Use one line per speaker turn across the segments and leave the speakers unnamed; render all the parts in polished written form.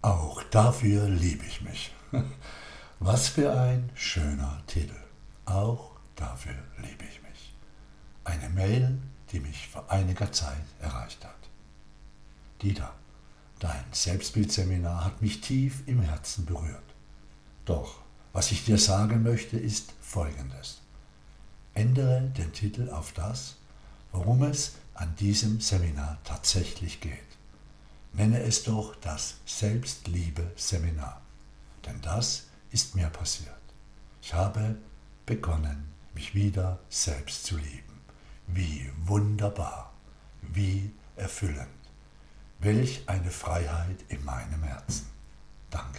Auch dafür liebe ich mich. Was für ein schöner Titel. Auch dafür liebe ich mich. Eine Mail, die mich vor einiger Zeit erreicht hat. Dieter, dein Selbstbildseminar hat mich tief im Herzen berührt. Doch, was ich dir sagen möchte, ist Folgendes. Ändere den Titel auf das, worum es an diesem Seminar tatsächlich geht. Nenne es doch das Selbstliebe-Seminar. Denn das ist mir passiert. Ich habe begonnen, mich wieder selbst zu lieben. Wie wunderbar, wie erfüllend. Welch eine Freiheit in meinem Herzen. Danke.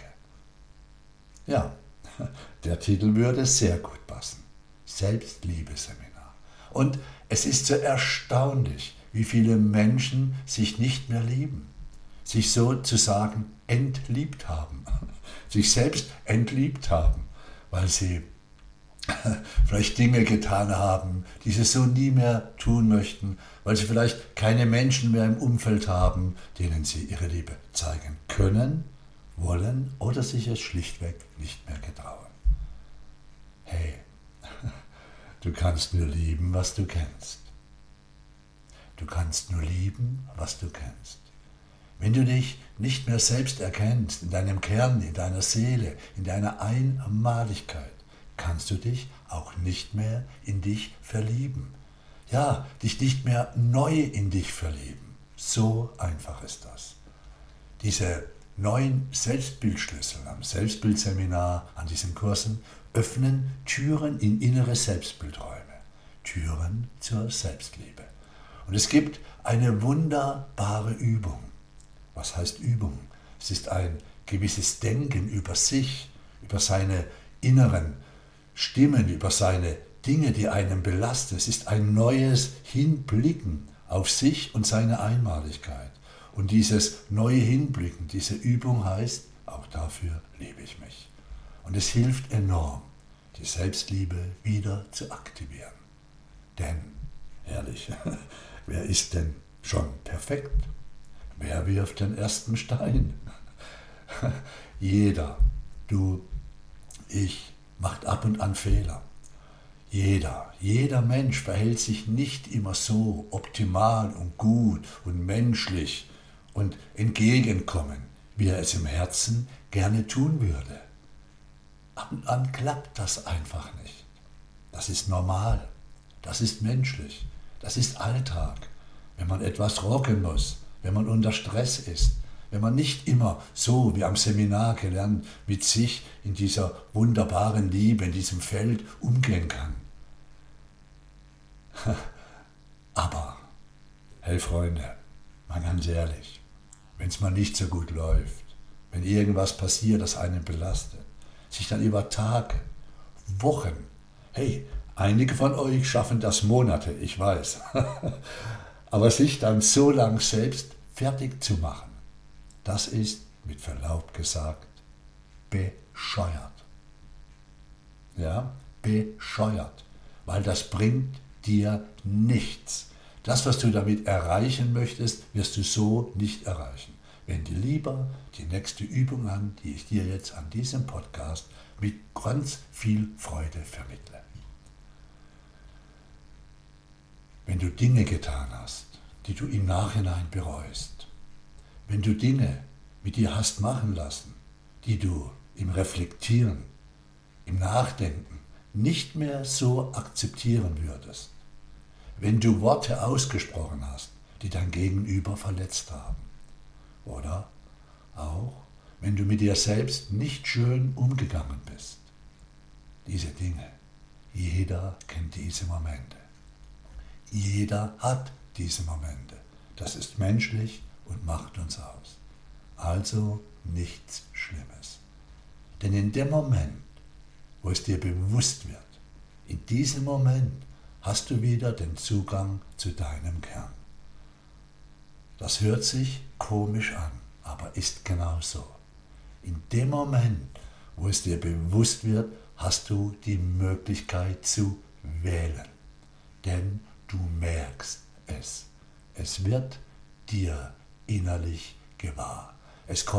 Ja, der Titel würde sehr gut passen. Selbstliebe-Seminar. Und es ist so erstaunlich, wie viele Menschen sich nicht mehr lieben, sich sozusagen entliebt haben, sich selbst entliebt haben, weil sie vielleicht Dinge getan haben, die sie so nie mehr tun möchten, weil sie vielleicht keine Menschen mehr im Umfeld haben, denen sie ihre Liebe zeigen können, wollen oder sich es schlichtweg nicht mehr getrauen. Hey, du kannst nur lieben, was du kennst. Du kannst nur lieben, was du kennst. Wenn du dich nicht mehr selbst erkennst, in deinem Kern, in deiner Seele, in deiner Einmaligkeit, kannst du dich auch nicht mehr in dich verlieben. Ja, dich nicht mehr neu in dich verlieben. So einfach ist das. Diese 9 Selbstbildschlüssel am Selbstbildseminar, an diesen Kursen, öffnen Türen in innere Selbstbildräume. Türen zur Selbstliebe. Und es gibt eine wunderbare Übung. Was heißt Übung? Es ist ein gewisses Denken über sich, über seine inneren Stimmen, über seine Dinge, die einen belasten. Es ist ein neues Hinblicken auf sich und seine Einmaligkeit. Und dieses neue Hinblicken, diese Übung heißt, auch dafür liebe ich mich. Und es hilft enorm, die Selbstliebe wieder zu aktivieren. Denn, ehrlich, wer ist denn schon perfekt? Wer wirft den ersten Stein? Jeder, du, ich, macht ab und an Fehler. Jeder Mensch verhält sich nicht immer so optimal und gut und menschlich und entgegenkommen, wie er es im Herzen gerne tun würde. Ab und an klappt das einfach nicht. Das ist normal, das ist menschlich, das ist Alltag, wenn man etwas rocken muss, wenn man unter Stress ist, wenn man nicht immer so wie am Seminar gelernt mit sich in dieser wunderbaren Liebe, in diesem Feld umgehen kann. Aber, hey Freunde, mal ganz ehrlich, wenn es mal nicht so gut läuft, wenn irgendwas passiert, das einen belastet, sich dann über Tage, Wochen, hey, einige von euch schaffen das Monate, ich weiß, aber sich dann so lang selbst fertig zu machen, das ist, mit Verlaub gesagt, bescheuert. Ja, bescheuert, weil das bringt dir nichts. Das, was du damit erreichen möchtest, wirst du so nicht erreichen. Wenn du lieber die nächste Übung an, die ich dir jetzt an diesem Podcast mit ganz viel Freude vermittle. Wenn du Dinge getan hast, die du im Nachhinein bereust, wenn du Dinge mit dir hast machen lassen, die du im Reflektieren, im Nachdenken nicht mehr so akzeptieren würdest, wenn du Worte ausgesprochen hast, die dein Gegenüber verletzt haben, oder auch wenn du mit dir selbst nicht schön umgegangen bist. Diese Dinge, jeder kennt diese Momente. Jeder hat diese Momente. Das ist menschlich und macht uns aus. Also nichts Schlimmes. Denn in dem Moment, wo es dir bewusst wird, in diesem Moment hast du wieder den Zugang zu deinem Kern. Das hört sich komisch an, aber ist genau so. In dem Moment, wo es dir bewusst wird, hast du die Möglichkeit zu wählen. Denn du merkst es. Es wird dir innerlich gewahr. Es kommt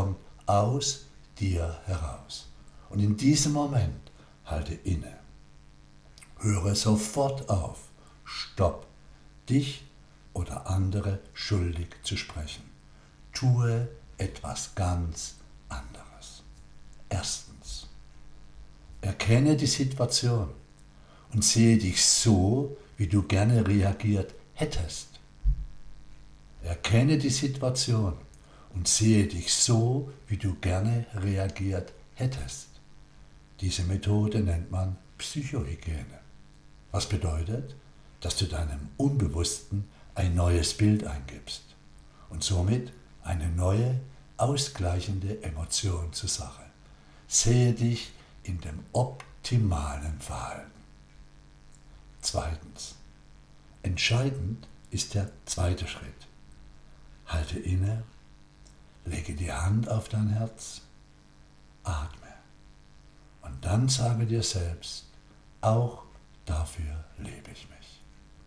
aus dir heraus. Und in diesem Moment halte inne. Höre sofort auf, stopp, dich oder andere schuldig zu sprechen. Tue etwas ganz anderes. Erstens, erkenne die Situation und sehe dich so, wie du gerne reagiert hättest. Erkenne die Situation und sehe dich so, wie du gerne reagiert hättest. Diese Methode nennt man Psychohygiene. Was bedeutet, dass du deinem Unbewussten ein neues Bild eingibst und somit eine neue, ausgleichende Emotion zur Sache. Sehe dich in dem optimalen Verhalten. Zweitens, entscheidend ist der zweite Schritt. Halte inne, lege die Hand auf dein Herz, atme und dann sage dir selbst, auch dafür lebe ich mich.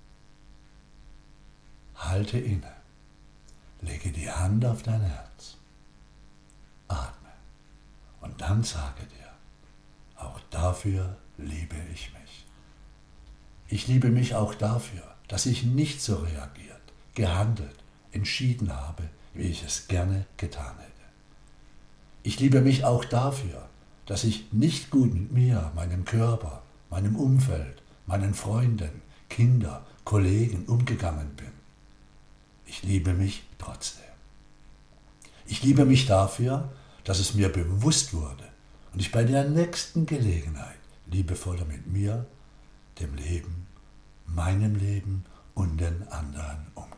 Halte inne, lege die Hand auf dein Herz, atme und dann sage dir, auch dafür liebe ich mich. Ich liebe mich auch dafür, dass ich nicht so reagiert, gehandelt, entschieden habe, wie ich es gerne getan hätte. Ich liebe mich auch dafür, dass ich nicht gut mit mir, meinem Körper, meinem Umfeld, meinen Freunden, Kindern, Kollegen umgegangen bin. Ich liebe mich trotzdem. Ich liebe mich dafür, dass es mir bewusst wurde und ich bei der nächsten Gelegenheit liebevoller mit mir, dem Leben, meinem Leben und den anderen umgehe.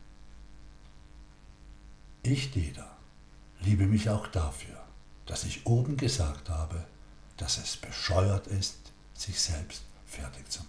Ich, Dieter, liebe mich auch dafür, dass ich oben gesagt habe, dass es bescheuert ist, sich selbst fertig zu machen.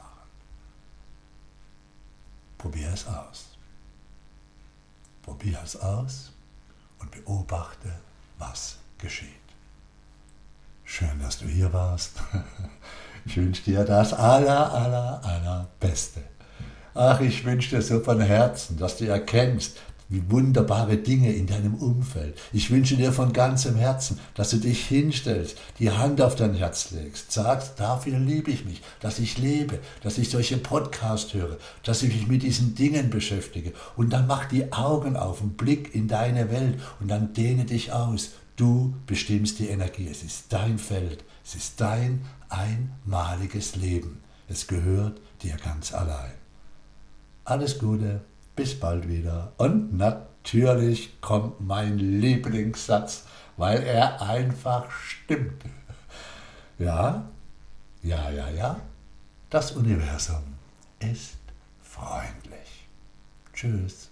Probier es aus. Probier es aus und beobachte, was geschieht. Schön, dass du hier warst. Ich wünsche dir das Allerbeste. Ach, ich wünsche dir so von Herzen, dass du erkennst, wie wunderbare Dinge in deinem Umfeld. Ich wünsche dir von ganzem Herzen, dass du dich hinstellst, die Hand auf dein Herz legst, sagst, dafür liebe ich mich, dass ich lebe, dass ich solche Podcasts höre, dass ich mich mit diesen Dingen beschäftige. Und dann mach die Augen auf und blick in deine Welt und dann dehne dich aus. Du bestimmst die Energie. Es ist dein Feld. Es ist dein einmaliges Leben. Es gehört dir ganz allein. Alles Gute. Bis bald wieder. Und natürlich kommt mein Lieblingssatz, weil er einfach stimmt. Ja. Das Universum ist freundlich. Tschüss.